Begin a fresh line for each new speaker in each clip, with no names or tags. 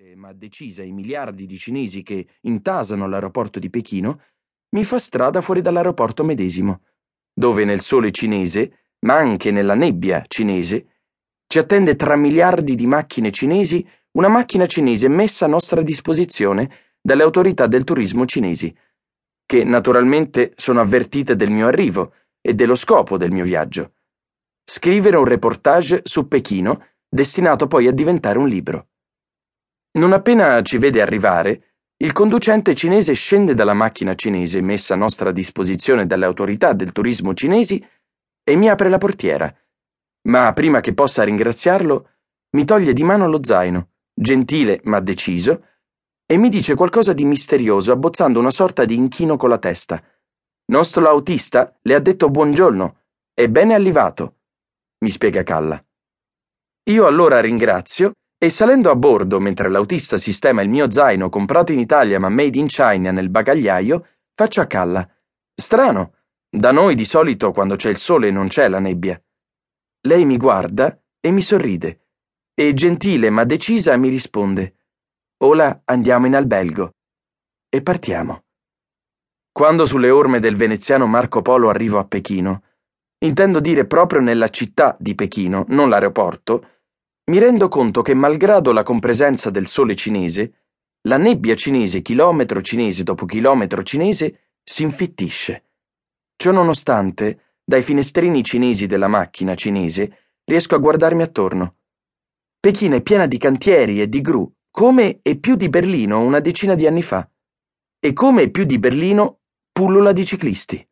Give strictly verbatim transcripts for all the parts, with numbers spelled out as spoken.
ma decisa i miliardi di cinesi che intasano l'aeroporto di Pechino, mi fa strada fuori dall'aeroporto medesimo, dove nel sole cinese, ma anche nella nebbia cinese, ci attende tra miliardi di macchine cinesi una macchina cinese messa a nostra disposizione dalle autorità del turismo cinesi, che naturalmente sono avvertite del mio arrivo e dello scopo del mio viaggio. Scrivere un reportage su Pechino destinato poi a diventare un libro. Non appena ci vede arrivare, il conducente cinese scende dalla macchina cinese messa a nostra disposizione dalle autorità del turismo cinesi e mi apre la portiera, ma prima che possa ringraziarlo mi toglie di mano lo zaino, gentile ma deciso, e mi dice qualcosa di misterioso abbozzando una sorta di inchino con la testa. «Nostro autista le ha detto buongiorno, è bene arrivato», mi spiega Calla. Io allora ringrazio e salendo a bordo mentre l'autista sistema il mio zaino comprato in Italia ma made in China nel bagagliaio, faccio a Calla: «Strano, da noi di solito quando c'è il sole non c'è la nebbia». Lei mi guarda e mi sorride e gentile ma decisa mi risponde: «Ora andiamo in albergo». E partiamo. Quando sulle orme del veneziano Marco Polo arrivo a Pechino, intendo dire proprio nella città di Pechino, non l'aeroporto, mi rendo conto che malgrado la compresenza del sole cinese, la nebbia cinese chilometro cinese dopo chilometro cinese si infittisce. Ciò nonostante, dai finestrini cinesi della macchina cinese riesco a guardarmi attorno. Pechino è piena di cantieri e di gru, come e più di Berlino una decina di anni fa, e come e più di Berlino pullula di ciclisti.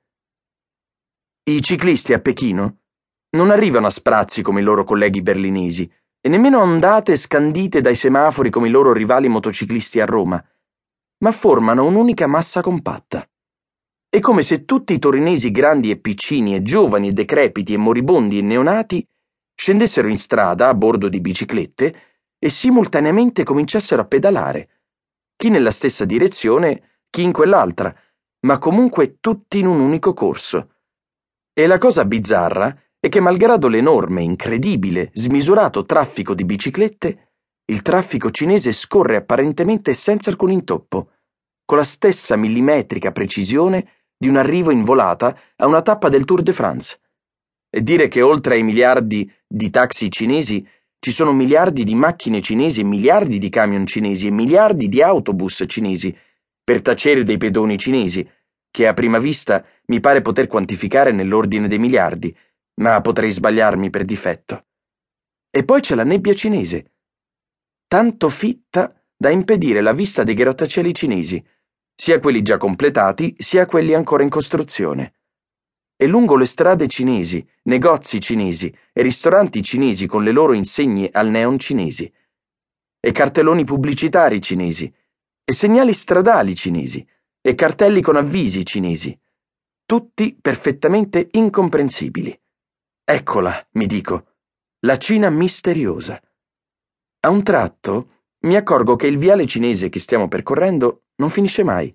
I ciclisti a Pechino non arrivano a sprazzi come i loro colleghi berlinesi, e nemmeno ondate scandite dai semafori come i loro rivali motociclisti a Roma, ma formano un'unica massa compatta. È come se tutti i torinesi grandi e piccini e giovani e decrepiti e moribondi e neonati scendessero in strada a bordo di biciclette e simultaneamente cominciassero a pedalare, chi nella stessa direzione, chi in quell'altra, ma comunque tutti in un unico corso. E la cosa bizzarra è che malgrado l'enorme, incredibile, smisurato traffico di biciclette, il traffico cinese scorre apparentemente senza alcun intoppo, con la stessa millimetrica precisione di un arrivo in volata a una tappa del Tour de France. E dire che oltre ai miliardi di taxi cinesi ci sono miliardi di macchine cinesi e miliardi di camion cinesi e miliardi di autobus cinesi, per tacere dei pedoni cinesi, che a prima vista mi pare poter quantificare nell'ordine dei miliardi, ma potrei sbagliarmi per difetto. E poi c'è la nebbia cinese, tanto fitta da impedire la vista dei grattacieli cinesi, sia quelli già completati, sia quelli ancora in costruzione. E lungo le strade cinesi, negozi cinesi e ristoranti cinesi con le loro insegne al neon cinesi, e cartelloni pubblicitari cinesi, e segnali stradali cinesi, e cartelli con avvisi cinesi, tutti perfettamente incomprensibili. Eccola, mi dico, la Cina misteriosa. A un tratto mi accorgo che il viale cinese che stiamo percorrendo non finisce mai.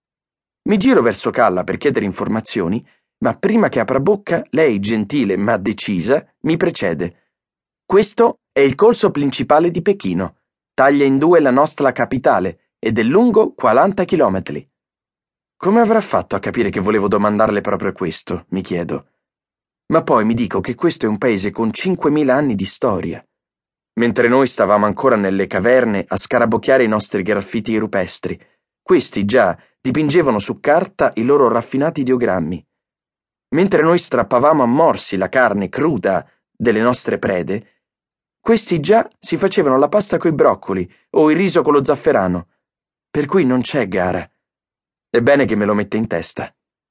Mi giro verso Calla per chiedere informazioni, ma prima che apra bocca, lei, gentile ma decisa, mi precede. «Questo è il corso principale di Pechino. Taglia in due la nostra capitale ed è lungo quaranta chilometri». Come avrà fatto a capire che volevo domandarle proprio questo, mi chiedo. Ma poi mi dico che questo è un paese con cinquemila anni di storia, mentre noi stavamo ancora nelle caverne a scarabocchiare i nostri graffiti rupestri. Questi già dipingevano su carta i loro raffinati ideogrammi. Mentre noi strappavamo a morsi la carne cruda delle nostre prede, questi già si facevano la pasta coi broccoli o il riso con lo zafferano, per cui non c'è gara. È bene che me lo mette in testa.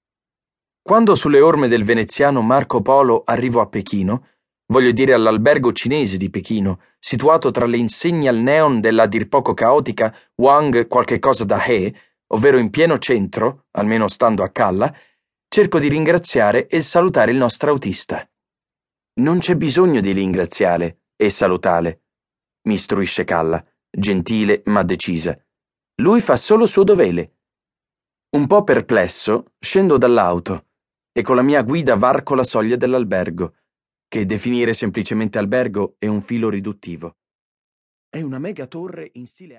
Quando sulle orme del veneziano Marco Polo arrivo a Pechino, voglio dire all'albergo cinese di Pechino, situato tra le insegne al neon della a dir poco caotica Wang qualche cosa da He, ovvero in pieno centro, almeno stando a Calla, cerco di ringraziare e salutare il nostro autista. «Non c'è bisogno di ringraziare e salutare», mi istruisce Calla, gentile ma decisa. «Lui fa solo suo dovere». Un po' perplesso, scendo dall'auto e con la mia guida varco la soglia dell'albergo, che definire semplicemente albergo è un filo riduttivo. È una mega torre in stile